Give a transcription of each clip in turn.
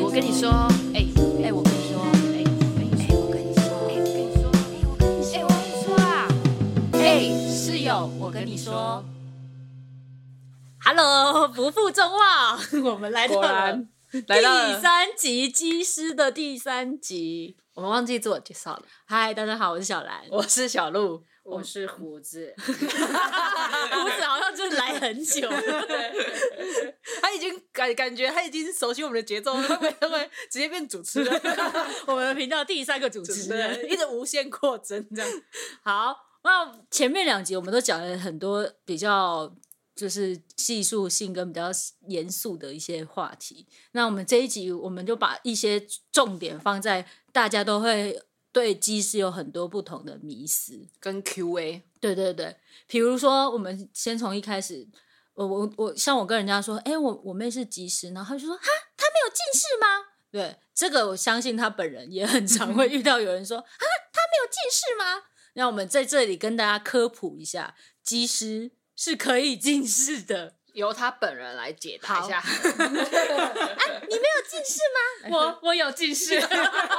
我跟你说，我跟你说，我跟你说，我跟你说啊，室友，我跟你说 ，Hello， 不负众望，我们来到了第3集机师的第3集， 我们忘记自我介绍了。 嗨，大家好，我是小兰， 我是小鹿， 我是胡子， 胡子好像就是来很久了， 他已经感觉他已经熟悉我们的节奏了，会不会直接变主持人？ 我们频道第3个主持人， 一直无限扩增这样。 好，那前面2集我们都讲了很多比较就是技术性跟比较严肃的一些话题，那我们这一集我们就把一些重点放在大家都会对机师有很多不同的迷思跟 QA。 对对对，比如说我们先从一开始，我像我跟人家说，我妹是机师，然后他就说，哈，她没有近视吗？对，这个我相信他本人也很常会遇到有人说，啊，她没有近视吗？那我们在这里跟大家科普一下，机师是可以近视的， 由他本人来解答一下。 你没有近视吗？ 我有近视， 对，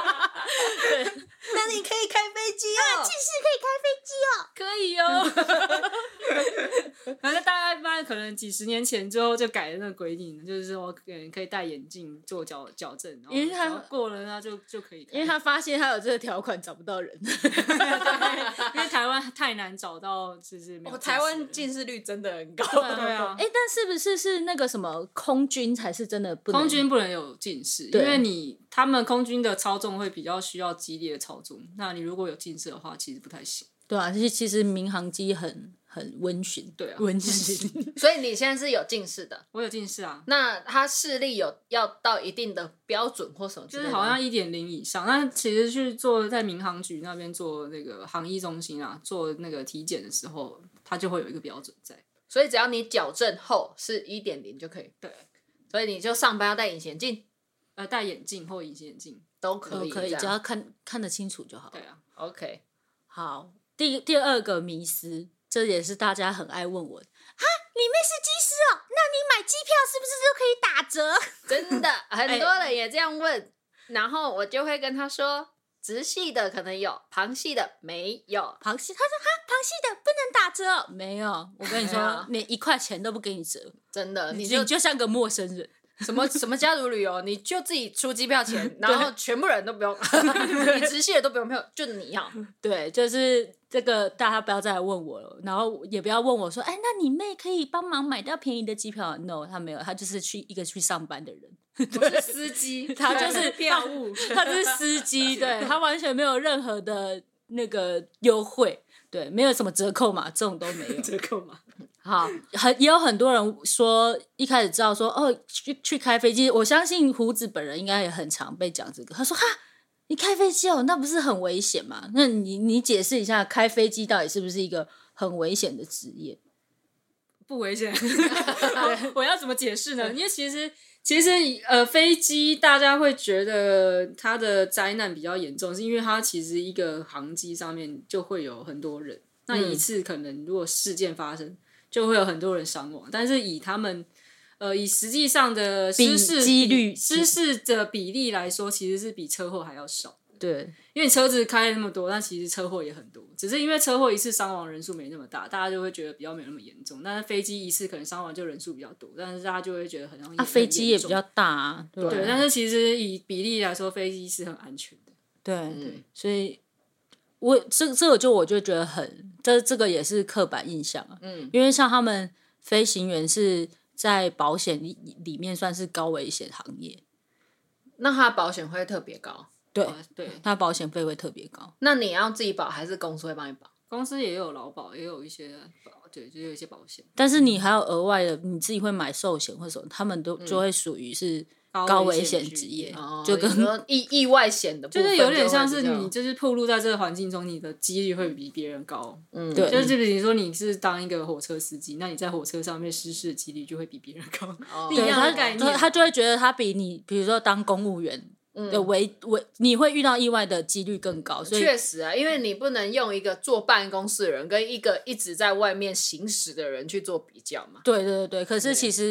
那你可以开飞机哦。 近视可以开飞机哦，可以哦。 反正大概可能几十年前之后就改了那个规定，就是说可以戴眼镜做矫正，然后因为他只要过了那就可以开。 因为他发现他有这个条款找不到人， 因为台湾太难找到，就是没有台湾近视率真的很高。 对啊， 但是不是那个什么空军才是真的不能？ 空军不能有近视，因为他们空军的操纵会比较需要激烈的操纵，那你如果有近视的话，其实不太行。 对啊，其实民航机很温驯， 对啊， 温驯。 所以你现在是有近视的， 我有近视啊， 那他视力要到一定的标准或什么之类的， 就是好像1.0以上。那其实去做在民航局那边做那个航医中心啊，做那个体检的时候，它就会有一个标准在。 所以只要你矫正后是1.0就可以。 对， 所以你就上班要戴隐形眼镜， 戴眼镜或隐形眼镜都可以， 可以，只要看得清楚就好。 对啊 ，OK。 好，第2个迷思，这也是大家很爱问我的。哈，你妹是机师哦，那你买机票是不是就可以打折？ 真的，很多人也这样问，然后我就会跟他说，直系的可能有，旁系的没有。 旁系，他说哈，旁系的不能打折哦，没有，我跟你说， 没有连1块钱都不给你折， 真的， 你就像个陌生人。 什么家族旅游，你就自己出机票钱，然后全部人都不用，你直系的都不用票，就你要。 对，就是这个，大家不要再来问我了，然后也不要问我说，那你妹可以帮忙买到便宜的机票 ？No， 他没有，他就是去上班的人， 我是司机， 他就是票务， 他就是司机，对，他完全没有任何的那个优惠，对，没有什么折扣码，这种都没有折扣码。 好，也有很多人说一开始知道说去开飞机，我相信胡子本人应该也很常被讲这个。他说哈，你开飞机那不是很危险吗？那你解释一下，开飞机到底是不是一个很危险的职业？ 不危险。我要怎么解释呢？因为其实飞机大家会觉得它的灾难比较严重，是因为它其实一个航机上面就会有很多人，那一次可能如果事件发生，就会有很多人伤亡，但是以他们以实际上的失事的比例来说，其实是比车祸还要少。 对， 因为车子开了那么多，但其实车祸也很多，只是因为车祸一次伤亡人数没那么大，大家就会觉得比较没有那么严重。但是飞机一次可能伤亡就人数比较多，但是大家就会觉得很像飞机也比较大啊， 对，但是其实以比例来说，飞机是很安全的。 对，所以我就觉得这个也是刻板印象啊。因为像他们飞行员是在保险里面算是高危险行业， 那他的保险会特别高。 对， 对， 他保险费会特别高。 那你要自己保还是公司会帮你保？ 公司也有劳保，也有一些对，就有一些保险。 但是你还有额外的，你自己会买寿险或什么，他们就会属于是高危险职业，就跟意外险的部分就是有点像是你就是暴露在这个环境中，你的几率会比别人高。 对， 就是比如说你是当一个火车司机，那你在火车上面失事的几率就会比别人高。一样的概念， 他就会觉得他比你，比如说当公务员。你会遇到意外的几率更高，所以确实啊，因为你不能用一个坐办公室的人跟一个一直在外面行驶的人去做比较嘛。 对，可是其实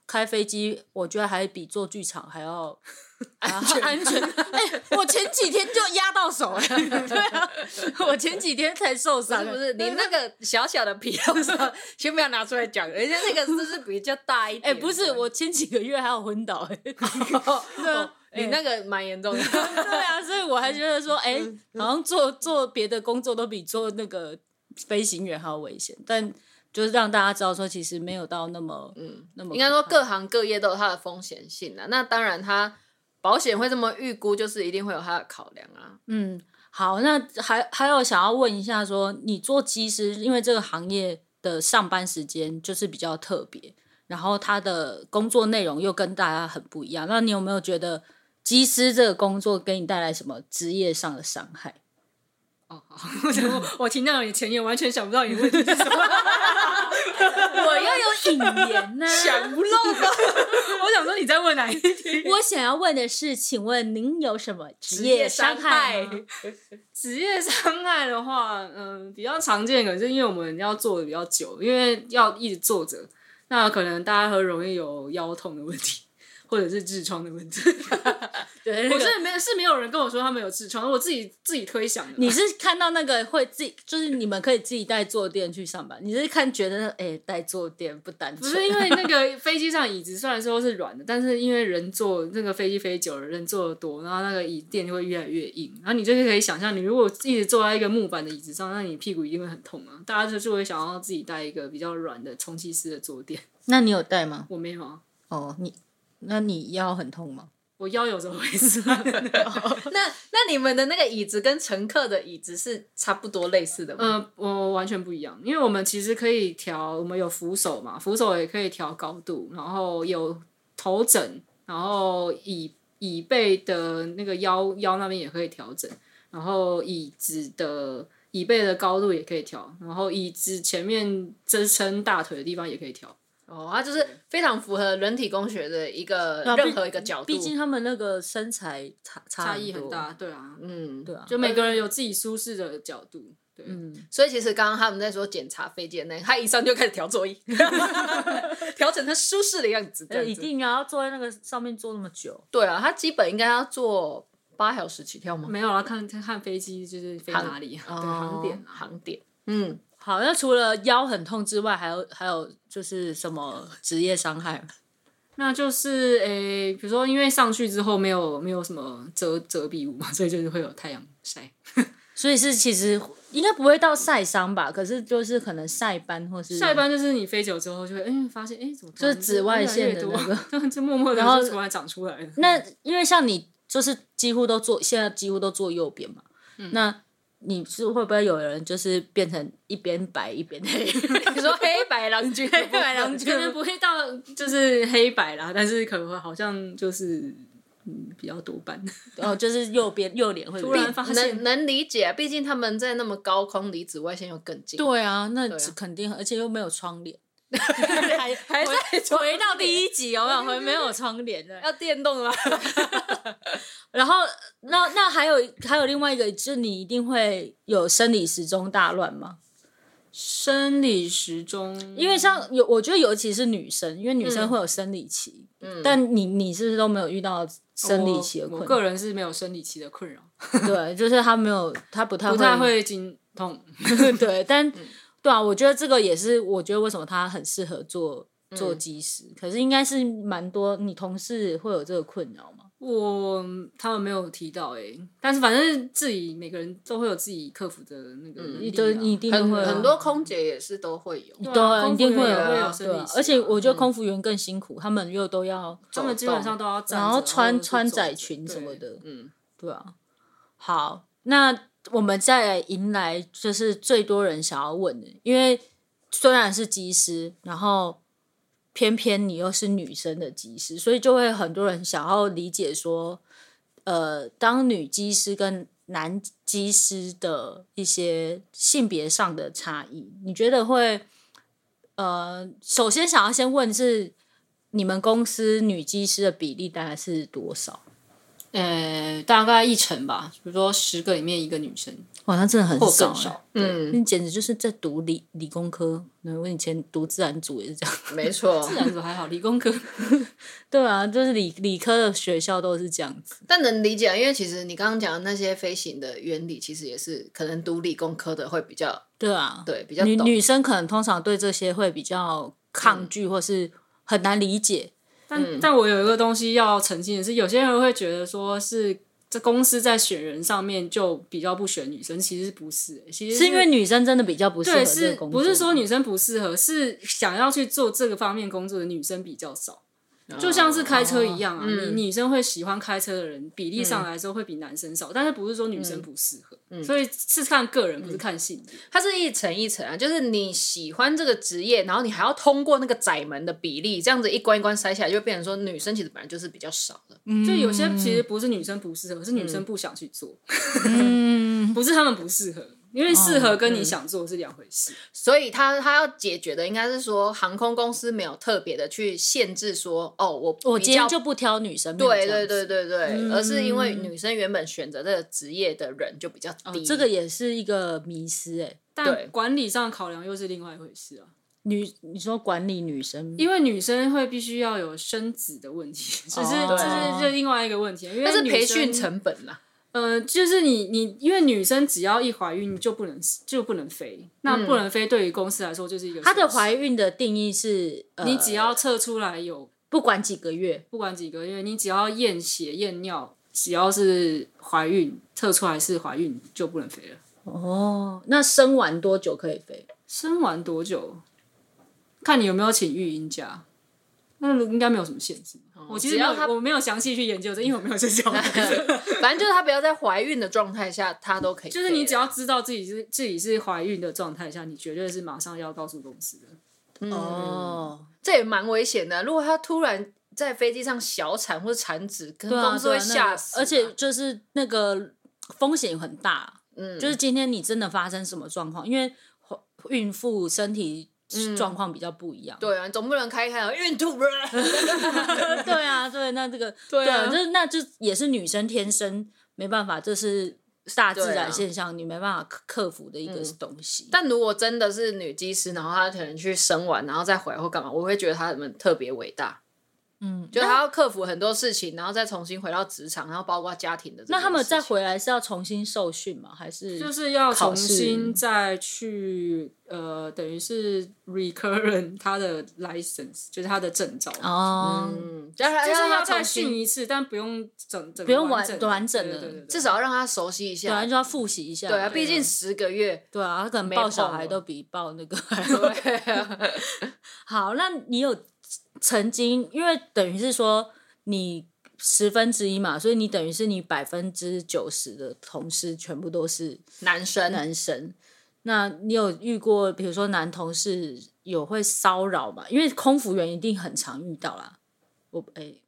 开飞机，我觉得还比做剧场还要安全。我前几天就压到手对啊，我前几天才受伤。 不是你那个小小的皮肉伤，先不要拿出来讲，人家那个是比较大一点。 不是，我前几个月还有昏倒对啊。 你那个蛮严重的。 对啊，所以我还觉得说，好像做别的工作都比做那个飞行员还要危险，但就是让大家知道说，其实没有到那么那么。 应该说各行各业都有它的风险性啊。那当然，它保险会这么预估，就是一定会有它的考量啊。 好，那还有想要问一下说，你做机师，因为这个行业的上班时间就是比较特别，然后他的工作内容又跟大家很不一样，那你有没有觉得机师这个工作给你带来什么职业上的伤害？ 好，我听到你前言，完全想不到你的问题是什么。 我要有引言想不漏的。 我想说你在问哪一题？ 我想要问的是，请问您有什么职业伤害吗？ 职业伤害的话，比较常见的可能是因为我们要做的比较久，因为要一直坐着，那可能大家很容易有腰痛的问题。或者是痔疮的问题。 对， 我真的没有人跟我说他们有痔疮，我自己推想的。 你是看到那个会自己，就是你们可以自己带坐垫去上班，你是觉得带坐垫不单纯？ 不是，因为那个飞机上椅子虽然说是软的，但是因为人坐那个飞机飞久了，人坐的多，然后那个椅垫就会越来越硬，然后你就是可以想象，你如果一直坐在一个木板的椅子上，那你屁股一定会很痛啊。大家就是会想要自己带一个比较软的充气式的坐垫。 那你有带吗？ 我没有啊。 哦，那你腰很痛吗？ 我腰有这么回事。 那你们的那个椅子跟乘客的椅子是差不多类似的吗？ 我完全不一样，因为我们其实可以调，我们有扶手嘛，扶手也可以调高度，然后有头枕，然后椅背的那个腰那边也可以调整，然后椅背的高度也可以调，然后椅子前面支撑大腿的地方也可以调。 它就是非常符合人体工学的一个任何一个角度。 毕竟他们那个身材差异很大，对啊， 对啊， 就每个人有自己舒适的角度。对， 所以其实刚刚他们在说检查飞机的那，他一上就开始调座椅，调整他舒适的样子。 一定要坐在那个上面坐那么久。 对啊，他基本应该要坐8小时起跳吗？ 没有啦，看飞机就是飞哪里，对， 航点。 好，那除了腰很痛之外，还有就是什么职业伤害？ 那就是比如说因为上去之后没有什么遮蔽物嘛，所以就是会有太阳晒。 所以是其实应该不会到晒伤吧？可是就是可能晒斑或是晒斑，就是你飞久之后就会发现怎么就是紫外线的那个， 就默默的就突然长出来了。 那因为像你就是现在几乎都坐右边嘛，那你是会不会有人就是变成一边白一边黑？ 你说黑白郎君， 黑白郎君可能不会到就是黑白啦，但是可能会好像就是比较多斑。 就是右脸会突然发现能理解啊，毕竟他们在那么高空，离紫外线又更近。 对啊，那肯定，而且又没有窗帘。 还在回到第一集有没有？没有窗帘的， 要电动了吗？ 然后那还有另外一个，就是你一定会有生理时钟大乱吗？ 生理时钟， 因为我觉得尤其是女生，因为女生会有生理期，但你是不是都没有遇到生理期的困扰？ 我个人是没有生理期的困扰。 对，就是他不太会经痛。 对，但对啊，我觉得这个也是，我觉得为什么他很适合做机师，可是应该是蛮多你同事会有这个困扰吗？ 他们没有提到但是反正自己每个人都会有自己克服的那个能力一定会很多空姐也是都会有， 对，一定会有生理期， 而且我觉得空服员更辛苦，他们又都要， 他们基本上都要站着， 然后穿窄裙什么的，对啊。好，那我们再来迎来就是最多人想要问的，因为虽然是机师，然后偏偏你又是女生的机师，所以就会很多人想要理解说，当女机师跟男机师的一些性别上的差异，你觉得会？首先先问是你们公司女机师的比例大概是多少？ 大概1成吧，比如说10个里面1个女生， 哇，那真的很或少、 更少。 你简直就是在读理工科。我以前读自然组也是这样。 没错。 自然组还好，理工科对啊，就是理科的学校都是这样子。 但能理解，因为其实你刚刚讲的那些飞行的原理，其实也是可能读理工科的会比较对啊， 比较懂。 女生可能通常对这些会比较抗拒，或是很难理解。 但我有一个东西要澄清的是，有些人会觉得说是这公司在选人上面就比较不选女生，其实不是、其实是因为女生真的比较不适合对， 这个工作， 不是说女生不适合，是想要去做这个方面工作的女生比较少。就像是开车一样啊，你女生会喜欢开车的人比例上来说会比男生少，但是不是说女生不适合，所以是看个人，不是看性别。 它是一层一层啊，就是你喜欢这个职业，然后你还要通过那个窄门的比例，这样子一关一关筛下来，就变成说女生其实本来就是比较少的。 就有些其实不是女生不适合，是女生不想去做，不是他们不适合。因为适合跟你想做是两回事， 所以他要解决的应该是说，航空公司没有特别的去限制说，我今天就不挑女生， 对，而是因为女生原本选择这个职业的人就比较低， 这个也是一个迷思但管理上考量又是另外一回事啊。 你说管理女生， 因为女生会必须要有生子的问题，这是另外一个问题，因为那是培训成本啦。 就是你因为女生只要一怀孕就不能飞，那不能飞对于公司来说就是一个。 她的怀孕的定义是， 你只要测出来有不管几个月， 你只要验血验尿，只要是怀孕测出来是怀孕就不能飞了。 哦，那生完多久可以飞？ 生完多久？看你有没有请育婴假。那应该没有什么限制。我其实我没有详细去研究这，因为我没有这小孩。 反正就是她不要在怀孕的状态下，她都可以。 就是你只要知道自己是怀孕的状态下，你绝对是马上要告诉公司的。 这也蛮危险的。如果她突然在飞机上小产或者产子，跟公司会吓死。 而且就是那个风险很大。就是今天你真的发生什么状况，因为孕妇身体状况比较不一样。 对啊，总不能开孕吐。 对啊，对，那这个对啊，就也是女生天生没办法，这是大自然现象，你没办法克服的一个东西。 但如果真的是女机师，然后她可能去生完，然后再回来或干嘛，我会觉得她们特别伟大。就她要克服很多事情，然后再重新回到职场，然后包括家庭的。 那他们再回来是要重新受训吗？还是就是要重新再去等于是 recurrent 他的 license， 就是他的证照。 就是要再训一次，但不用不用完整的， 至少要让他熟悉一下。 对啊，就要复习一下。 对啊，毕竟10个月。 对啊，他可能抱小孩都比抱那个还好。那你有曾经，因为等于是说你1/10嘛，所以你等于是你90%的同事全部都是男生。那你有遇过，比如说男同事有会骚扰嘛？因为空服员一定很常遇到啦。我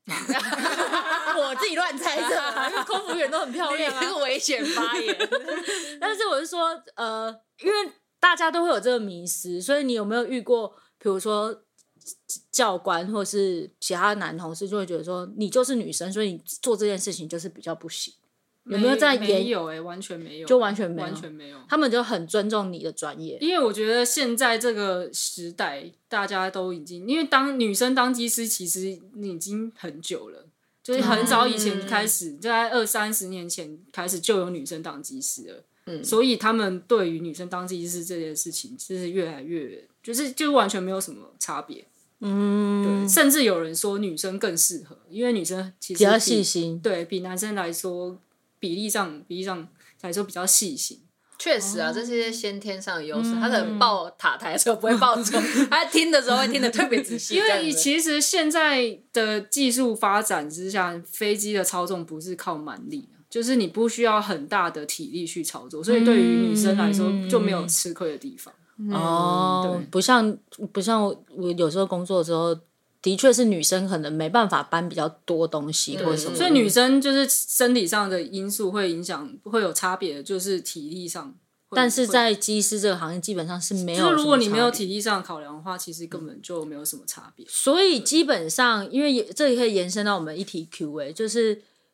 自己乱猜测，因为空服员都很漂亮啊， 这个危险发言。 但是我是说，因为大家都会有这个迷思，所以你有没有遇过，比如说教官或是其他男同事就会觉得说你就是女生，所以你做这件事情就是比较不行。有没有在没有完全没有， 就完全没有。 他们就很尊重你的专业， 因为我觉得现在这个时代，大家都已经因为女生当机师其实已经很久了，就是很早以前开始，就在20-30年前开始就有女生当机师了。所以他们对于女生当机师这件事情，就是越来越就完全没有什么差别。对，甚至有人说女生更适合，因为女生其实比较细心， 对比男生来说。比例上来说比较细心， 确实啊，这些先天上的优势。他可能报塔台的时候不会报错，他听的时候会听得特别仔细。 因为其实现在的技术发展之下，飞机的操纵不是靠蛮力，就是你不需要很大的体力去操作，所以对于女生来说就没有吃亏的地方。 对，不像我有时候工作的时候。的确是女生可能没办法搬比较多东西或者什么， 所以女生就是身体上的因素会影响，会有差别的，就是体力上。 但是在机师这个行业基本上是没有什么差别， 就是如果你没有体力上的考量的话，其实根本就没有什么差别。 所以基本上，因为这也可以延伸到我们一题 Q&A，就是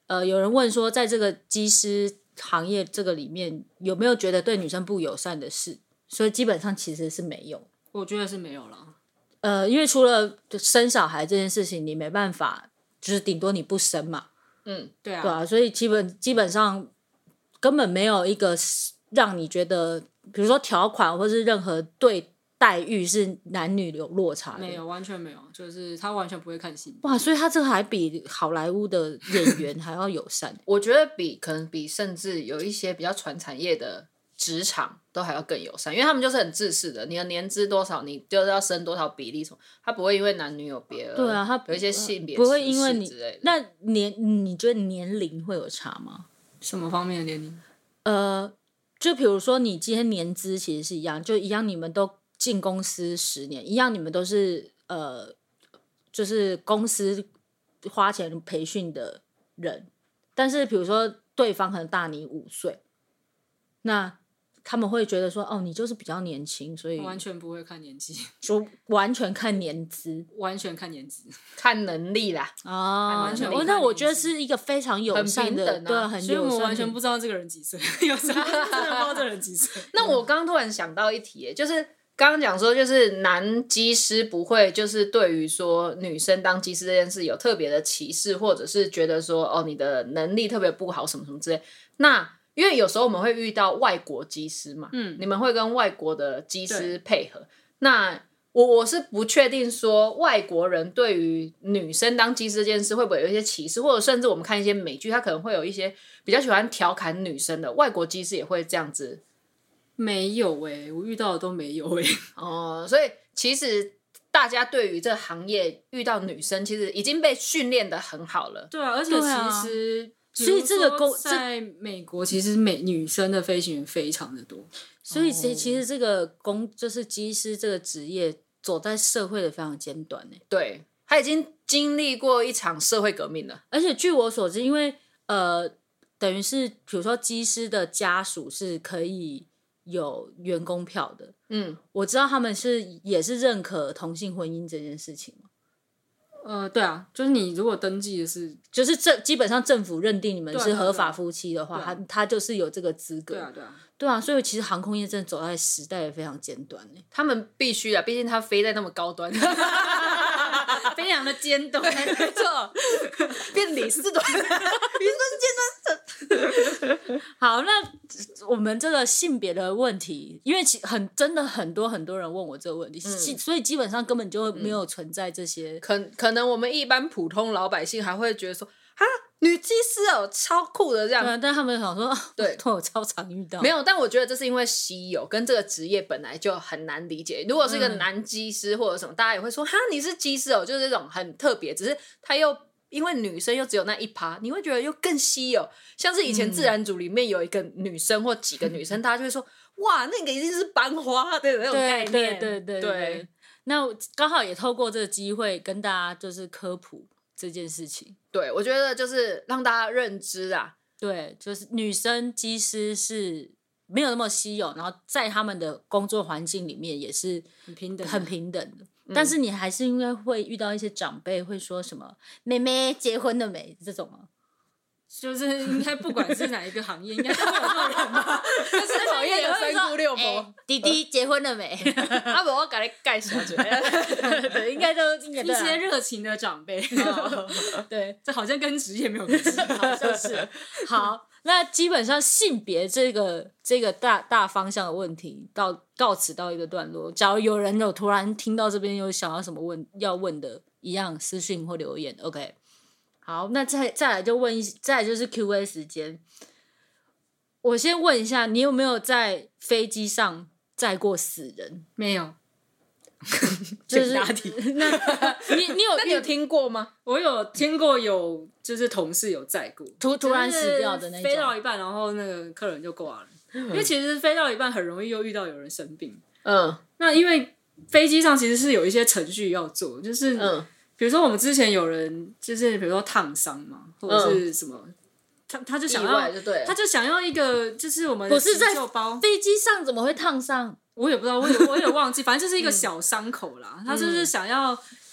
有人问说，在这个机师行业这个里面，有没有觉得对女生不友善的事？所以基本上其实是没有。 我觉得是没有啦。 因为除了生小孩这件事情，你没办法，就是顶多你不生嘛。 对啊， 对啊，所以基本上根本没有一个让你觉得，比如说条款或是任何对待遇是男女有落差的。 没有，完全没有，就是他完全不会看性别。 哇，所以他这个还比好莱坞的演员还要友善。 我觉得可能比甚至有一些比较传产业的职场都还要更友善，因为他们就是很自私的，你的年资多少，你就是要生多少比例，他不会因为男女有别对啊，他有一些性别不会因为你之类的。 那你觉得年龄会有差吗？ 什么方面的年龄？ 就比如说你今天年资其实是一样，就一样，你们都进公司10年，一样，你们都是就是公司花钱培训的人，但是比如说对方可能大你5岁，那他们会觉得说，哦，你就是比较年轻，所以完全不会看年纪， 就完全看年资， 完全看年资， 看能力啦。 啊， 完全那我觉得是一个非常友善的， 很平等啊对，很所以我友善的。 们完全不知道这个人几岁，有时候真的不知道这个人几岁。 那我刚刚突然想到一题，就是刚刚讲说，就是男机师不会就是对于说女生当机师这件事有特别的歧视，或者是觉得说哦你的能力特别不好什么什么之类。那因为有时候我们会遇到外国机师嘛，你们会跟外国的机师配合。那我是不确定说外国人对于女生当机师这件事会不会有一些歧视，或者甚至我们看一些美剧，他可能会有一些比较喜欢调侃女生的外国机师也会这样子。 没有我遇到的都没有所以其实大家对于这个行业遇到女生，其实已经被训练的很好了。 对啊，而且其实。 所以这个在美国，其实女生的飞行员非常的多， 所以其实这个就是机师这个职业走在社会的非常尖端呢。 对，他已经经历过一场社会革命了。 而且据我所知，因为等于是比如说机师的家属是可以有员工票的，我知道他们也是认可同性婚姻这件事情。 对啊，就是你如果登记的是， 就是基本上政府认定你们是合法夫妻的话，他就是有这个资格。对啊，所以其实航空业真的走在时代也非常尖端呢。 他们必须啊，毕竟他飞在那么高端， 非常的尖端， 没错，变李四端，李四端是尖端。 好，那我们这个性别的问题，因为真的很多人问我这个问题，所以基本上根本就没有存在这些。 可能我们一般普通老百姓还会觉得说，啊，女机师哦，超酷的这样。 对啊，但他们想说， 对， 都有超常遇到。 没有，但我觉得这是因为稀有，跟这个职业本来就很难理解。如果是一个男机师或者什么，大家也会说，哈，你是机师哦，就是这种很特别，只是他又。因为女生又只有那1%，你会觉得又更稀有。像是以前自然组里面有一个女生或几个女生，大家就会说，哇，那个一定是班花的那种概念。 对。那刚好也透过这个机会跟大家就是科普这件事情。 对，我觉得就是让大家认知啊。 对，就是女生机师是没有那么稀有，然后在他们的工作环境里面也是很平等的。但是你还是应该会遇到一些长辈会说什么“妹妹结婚了没”这种吗？ 就是应该不管是哪一个行业，应该都会有这种人吧。 就是讨厌有3姑6婆， 弟弟结婚了没？ 啊不，我给你介绍一下。 对，应该一些热情的长辈。 对， 这好像跟职业没有关系， 好像是。好，那基本上性别这个大方向的问题到此到一个段落。假如有人有突然听到这边有想要什么要问的，一样私讯或留言 ，OK。好，那再来再来就是 Q&A 时间。我先问一下，你有没有在飞机上载过死人？ 没有。 就是答题。 那你有听过吗？ 我有听过，就是同事有载过， 突然死掉的那种， 飞到一半，然后那个客人就挂了。因为其实飞到一半很容易又遇到有人生病。那因为飞机上其实是有一些程序要做，就是比如说我们之前有人就是比如说烫伤嘛，或者是什么，他就想要一个就是我们不是在包飞机上怎么会烫伤？ 我也不知道，我有忘记，反正就是一个小伤口啦。他就是想要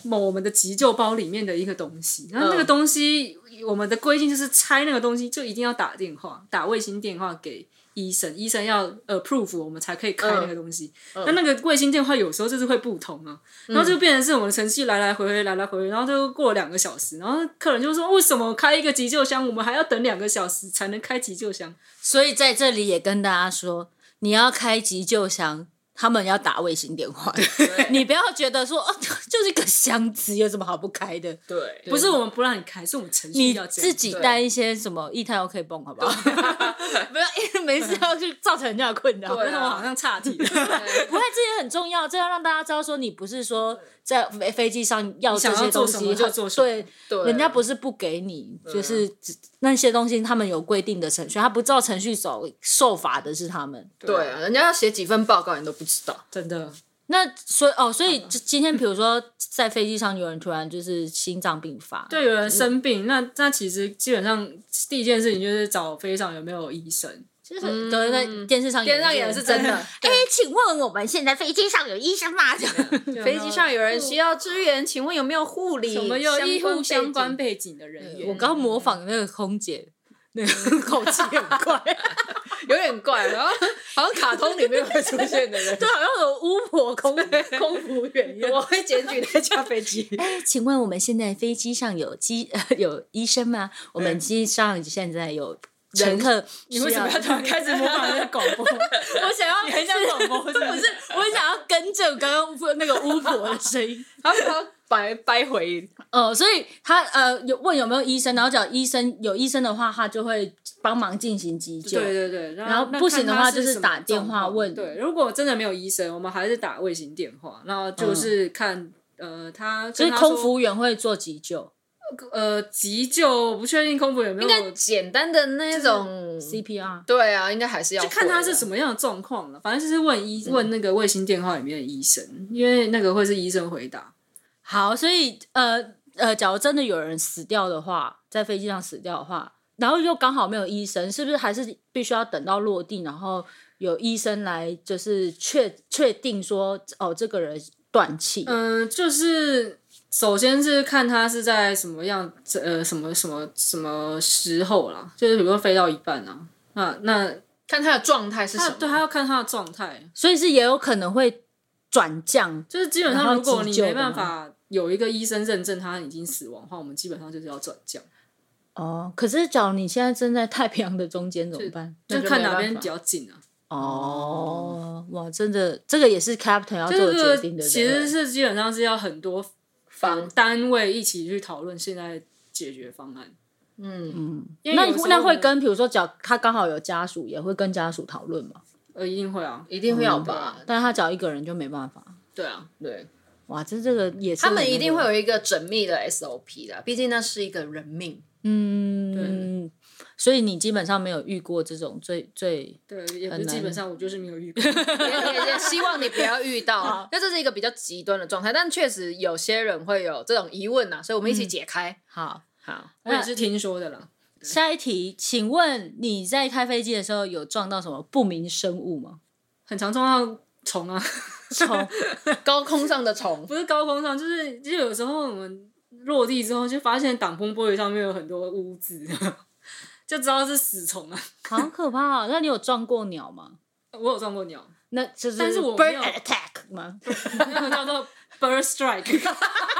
我们的急救包里面的一个东西，然后那个东西，我们的规定就是拆那个东西就一定要打电话，打卫星电话给医生，医生要approve 我们才可以开那个东西。那个卫星电话有时候就是会不通啊，然后就变成是我们的程序来来回回，来来回回，然后就过了2个小时，然后客人就说为什么开一个急救箱，我们还要等2个小时才能开急救箱？ 所以在这里也跟大家说，你要开急救箱，他们要打卫星电话，你不要觉得说就是一个箱子，有什么好不开的？ 对， 不是我们不让你开，是我们程序你要这样自己带一些什么液态 OK 泵，好不好？不要没事要去造成人家的困扰。 为什么好像岔题了？ 不会，这也很重要，这要让大家知道说，你不是说在飞机上要这些东想要做什么西， 就做什么对，人家不是不给你，就是那些东西他们有规定的程序，他不照程序走，受罚的是他们。 对啊，人家要写几份报告你都不知道。 真的。 那所以今天比如说在飞机上有人突然就是心脏病发， 对，有人生病，那其实基本上第一件事情就是找飞机上有没有医生。 就是都在电视上演的是真的。 请问我们现在飞机上有医生吗？ 飞机上有人需要支援，请问有没有护理？ 什么有医护相关背景的人员？ 我刚模仿那个空姐，那个口气很怪， 有点怪，然后好像卡通里面会出现的人， 就好像有巫婆空服员一样。 我会检举那架飞机。 请问我们现在飞机上有医生吗？我们机上现在有乘客， 你为什么要突然开始模仿那个广播？ 我想要， 你很像广播是不是？ 我想要跟着刚刚那个巫婆的声音， 他掰回。 所以他问有没有医生，然后只要有医生的话，他就会帮忙进行急救。 对对对， 然后不行的话就是打电话问。 对，如果真的没有医生，我们还是打卫星电话，然后就是看他， 所以空服员会做急救。 急救我不确定空服员有没有， 应该简单的那种 CPR。 对啊，应该还是要就看他是什么样的状况了。反正就是问那个卫星电话里面的医生，因为那个会是医生回答。 好，所以假如真的有人死掉的话，在飞机上死掉的话，然后又刚好没有医生，是不是还是必须要等到落地，然后有医生来就是确定说这个人断气？ 就是首先是看他是在什么样什么时候啦，就是比如说飞到一半啊，那看他的状态是什么。 对，他要看他的状态， 所以是也有可能会转降， 就是基本上如果你没办法。 法有一个医生认证他已经死亡的话，我们基本上就是要转降。 可是假如你现在正在太平洋的中间怎么办？ 就看哪边比较近啊。 哇，真的，这个也是 Captain 要做决定的。 其实是基本上是要很多单位一起去讨论现在解决方案。 那会跟比如说他刚好有家属，也会跟家属讨论吗？ 一定会啊， 一定会有吧。 但是他找一个人就没办法。 对啊， 对。 哇，这个也是他们一定会有一个缜密的 SOP 的，毕竟那是一个人命。 对。所以你基本上没有遇过这种最对，也不是基本上我就是没有遇过， 也希望你不要遇到，因为这是一个比较极端的状态，但确实有些人会有这种疑问呐，所以我们一起解开。 好， 我也是听说的啦。 下一题，请问你在开飞机的时候有撞到什么不明生物吗？ 很常撞到虫啊， 虫， 高空上的虫， 不是高空上，就是有时候我们落地之后就发现挡风玻璃上面有很多污渍。就知道是死虫啊， 好可怕！那你有撞过鸟吗？ 我有撞过鸟， 那就是， 但是我没有 bird attack 吗？ 那个叫做 bird strike。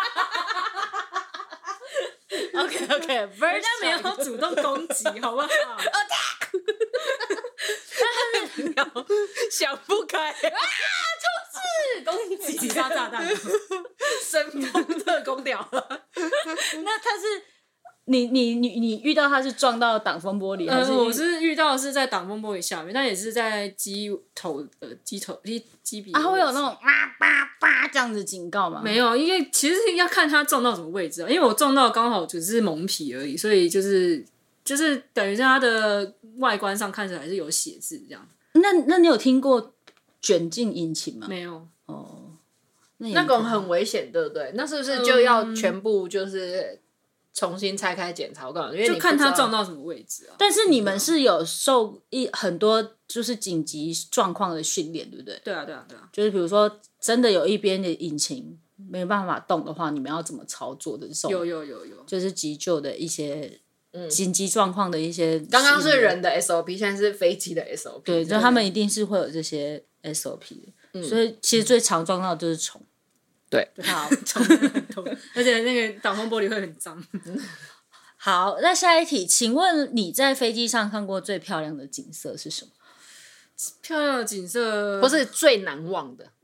OK， 人家没有主动攻击，好不好 ？attack。 鸟想不开攻击击杀炸弹， 神风特工鸟。 那他是。你遇到他是撞到挡风玻璃，还是我是遇到是在挡风玻璃下面，但也是在机鼻啊，会有那种叭这样子警告吗？ 没有，因为其实要看他撞到什么位置啊，因为我撞到刚好只是蒙皮而已，所以就是等于在它的外观上看起来还是有血渍这样。 那你有听过卷进引擎吗？ 没有那种很危险，对不对？那是不是就要全部就是重新拆开检查？我告诉你，因为就看他撞到什么位置啊。 但是你们是有受很多就是紧急状况的训练，对不对？ 对啊。 就是比如说真的有一边的引擎没办法动的话，你们要怎么操作的这种， 有， 就是急救的一些紧急状况的一些。 刚刚是人的 SOP， 现在是飞机的 SOP。 对，就他们一定是会有这些 SOP 的，所以其实最常撞到的就是虫。 对， 好， 而且那个挡风玻璃会很脏。 好，那下一题，请问你在飞机上看过最漂亮的景色是什么？ 漂亮的景色， 或是最难忘的。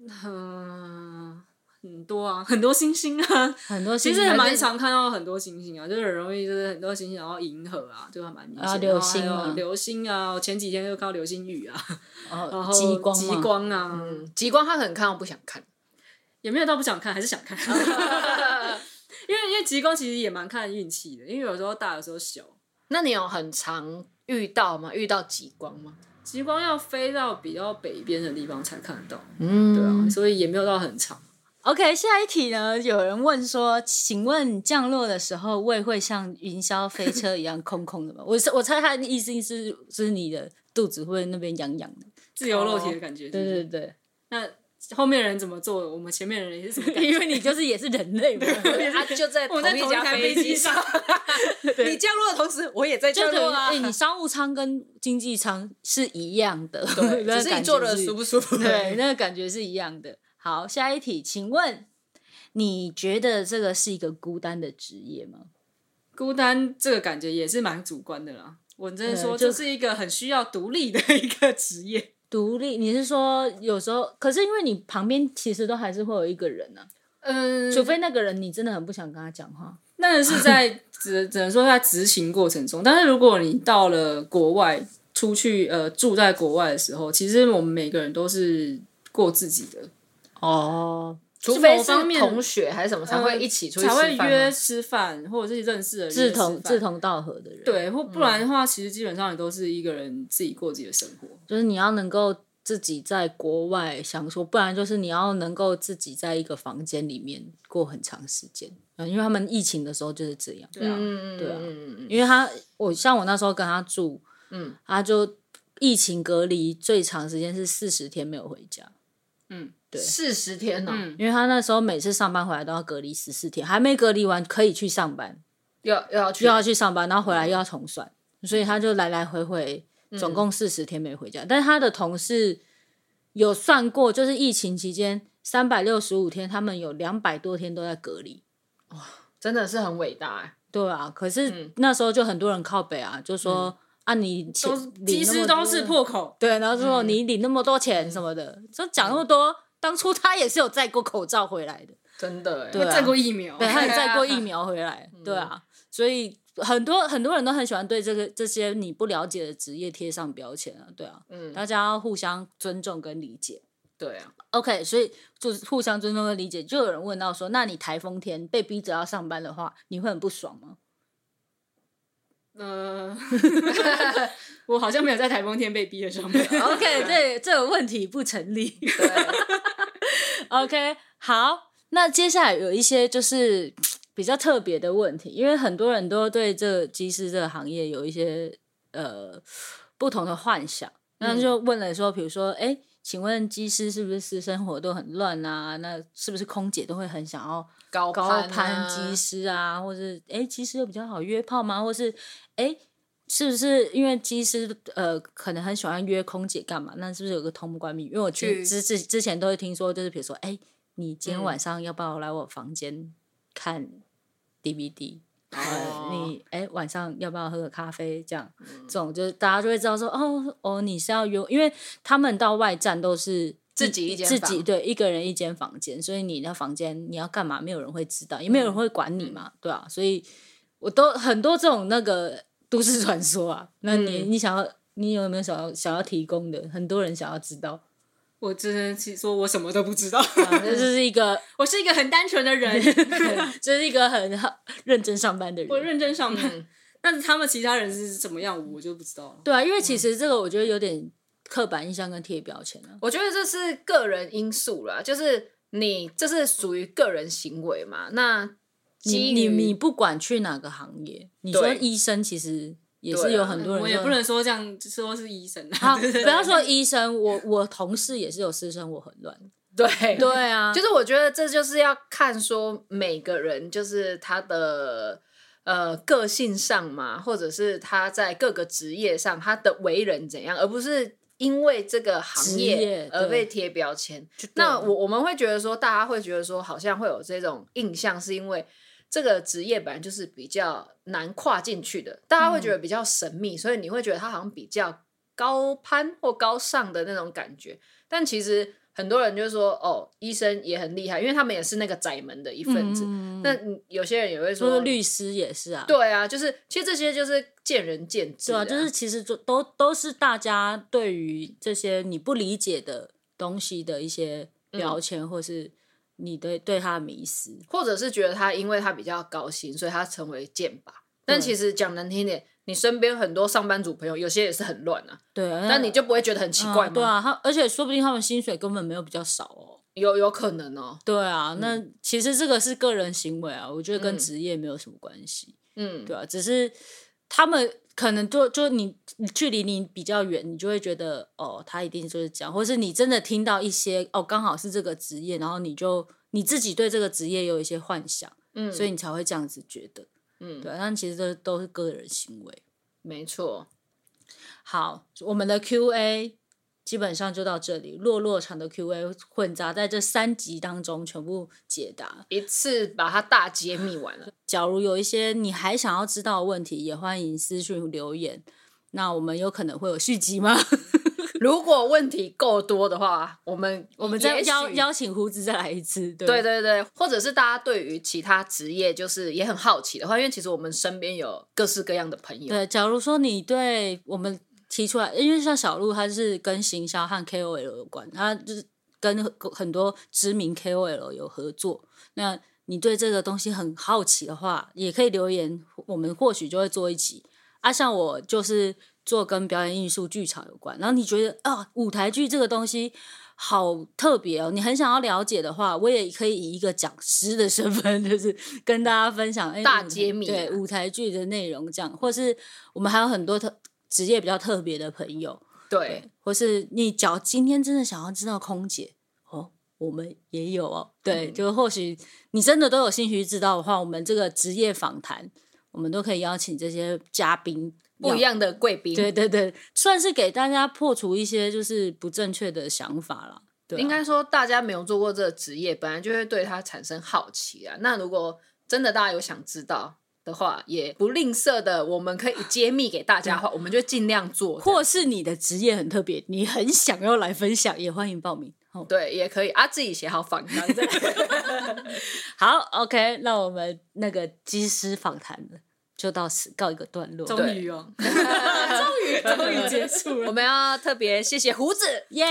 很多啊，很多星星啊， 很多星星， 其实也蛮常看到很多星星啊，就是很容易就是很多星星，然后银河啊，就还蛮明显。 流星啊， 流星啊，我前几天就看到流星雨啊，然后极光啊， 极光他可能看到不想看， 也没有到不想看，还是想看。因为极光其实也蛮看运气的，因为有时候大，有时候小。 那你有很常遇到吗？遇到极光吗？ 极光要飞到比较北边的地方才看得到，对啊，所以也没有到很长。 OK， 下一题呢？有人问说，请问降落的时候胃会像云霄飞车一样空空的吗？我猜他的意思是你的肚子会那边痒痒的， 自由落体的感觉。 对。 那后面人怎么做？我们前面人也是什么感觉？ 因为你就是也是人类嘛， 他就在同一架飞机上。你降落的同时，我也在降落啊。 你商务舱跟经济舱是一样的， 对，只是你坐的舒不舒服？ 对，那个感觉是一样的。好，下一题，请问你觉得这个是一个孤单的职业吗？ 孤单这个感觉也是蛮主观的啦。我真的说，这是一个很需要独立的一个职业。 独立，你是说有时候，可是因为你旁边其实都还是会有一个人啊，除非那个人你真的很不想跟他讲话。 那是在只能说在执行过程中，但是如果你到了国外出去住在国外的时候，其实我们每个人都是过自己的哦。 除非是同学还是什么才会一起出去吃饭， 才会约吃饭，或者是认识的人志同道合的人。 对，或不然的话，其实基本上你都是一个人自己过自己的生活。 就是你要能够自己在国外享受，不然就是你要能够自己在一个房间里面过很长时间。因为他们疫情的时候就是这样。 对啊， 对啊，因为像我那时候跟他住，他就疫情隔离最长时间是40天没有回家。对 ，40天哦， 因为他那时候每次上班回来都要隔离14天，还没隔离完可以去上班， 又要去上班，然后回来又要重算，所以他就来来回回总共40天没回家。但是他的同事有算过，就是疫情期间365天，他们有200多天都在隔离。 哇，真的是很伟大哎。 对啊，可是那时候就很多人靠北啊，就说。你其实都是破口， 对，然后就说你领那么多钱什么的，就讲那么多。当初他也是有载过口罩回来的， 真的， 对， 载过疫苗， 对，他也载过疫苗回来，对啊，所以很多人都很喜欢对这些你不了解的职业贴上标签啊，对啊，大家要互相尊重跟理解， 对啊 ，OK， 所以就是互相尊重跟理解。就有人问到说，那你台风天被逼着要上班的话，你会很不爽吗？ 我好像没有在台风天被逼着上班。 OK， 这个问题不成立。OK， 好，那接下来有一些就是比较特别的问题，因为很多人都对这机师这个行业有一些不同的幻想，那就问了说，比如说，请问机师是不是私生活都很乱啊？那是不是空姐都会很想要高攀机师啊？或是机师又比较好约炮吗？或是是不是因为机师可能很喜欢约空姐干嘛？那是不是有个通关密语？因为我之前都会听说，就是比如说你今天晚上要不要来我房间看 DVD？你晚上要不要喝个咖啡？这样，这种就是大家就会知道说你是要约，因为他们到外站都是自己一间房， 对，一个人一间房间，所以你的房间你要干嘛，没有人会知道，也没有人会管你嘛，对啊，所以我都很多这种那个都市传说啊，那你有没有想要提供的？很多人想要知道。 我只能说，我什么都不知道。 这是一个， 我是一个很单纯的人， 这是一个很认真上班的人。 我认真上班，但是他们其他人是怎么样，我就不知道了。 对啊，因为其实这个我觉得有点刻板印象跟贴标签啊。 我觉得这是个人因素啦，就是这是属于个人行为嘛。那你不管去哪个行业，你说医生其实。也是有很多人， 我也不能说这样说是医生好，不要说医生，我同事也是有私生活很乱， 对对啊， 就是我觉得这就是要看说每个人就是他的个性上嘛，或者是他在各个职业上他的为人怎样，而不是因为这个行职业业而被贴标签。那我们会觉得说，大家会觉得说，好像会有这种印象，是因为这个职业本来就是比较难跨进去的，大家会觉得比较神秘，所以你会觉得他好像比较高攀或高尚的那种感觉。但其实很多人就说，哦，医生也很厉害，因为他们也是那个窄门的一份子。那有些人也会说， 律师也是啊。 对啊，就是其实这些就是见仁见智。 对啊，就是其实都是大家对于这些你不理解的东西的一些标签，或是你对他的迷思， 或者是觉得他因为他比较高薪，所以他成为剑拔。但其实讲难听点，你身边很多上班族朋友，有些也是很乱啊。 对啊， 但你就不会觉得很奇怪吗？ 对啊，而且说不定他们薪水根本没有比较少哦。 有可能哦。 对啊，那其实这个是个人行为啊，我觉得跟职业没有什么关系。对啊，只是他们可能就你距离你比较远，你就会觉得哦，他一定就是这样，或是你真的听到一些哦，刚好是这个职业，然后你自己对这个职业有一些幻想，所以你才会这样子觉得。对啊，但其实这都是个人行为。 没错。 好，我们的 Q&A 基本上就到这里，落长的 Q&A 混杂在这3集当中全部解答， 一次把它大揭秘完了。 假如有一些你还想要知道的问题，也欢迎私讯留言。那我们有可能会有续集吗？ 如果问题够多的话，我们再邀请胡子再来一次。 对，或者是大家对于其他职业就是也很好奇的话，因为其实我们身边有各式各样的朋友。 对，假如说你对我们提出来，因为像小鹿他是跟行销和 KOL 有关，他就是跟很多知名 KOL 有合作。那你对这个东西很好奇的话，也可以留言，我们或许就会做一集。像我就是做跟表演艺术剧场有关，然后你觉得舞台剧这个东西好特别哦，你很想要了解的话，我也可以以一个讲师的身份，就是跟大家分享大揭秘对舞台剧的内容这样，或是我们还有很多职业比较特别的朋友， 对， 或是你今天真的想要知道空姐哦，我们也有哦，对，就或许你真的都有兴趣知道的话，我们这个职业访谈，我们都可以邀请这些嘉宾。 不一样的贵宾， 对，算是给大家破除一些就是不正确的想法啦。对应该说大家没有做过这个职业，本来就会对它产生好奇啊。那如果真的大家有想知道的话，也不吝啬的，我们可以揭秘给大家的话，我们就尽量做。 或是你的职业很特别，你很想要来分享，也欢迎报名。 对，也可以自己写好访谈。 好 ，OK， 那我们那个机师访谈了。就到此告一个段落， 终于终于结束了。 我们要特别谢谢胡子， 耶！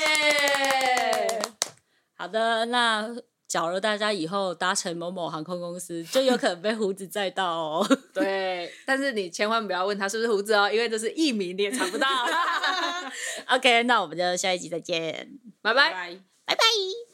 好的，那假如大家以后搭乘某某航空公司，就有可能被胡子载到哦。 对，但是你千万不要问他是不是胡子哦，因为这是艺名，你也查不到。 OK， 那我们就下一集再见， 拜拜， 拜拜。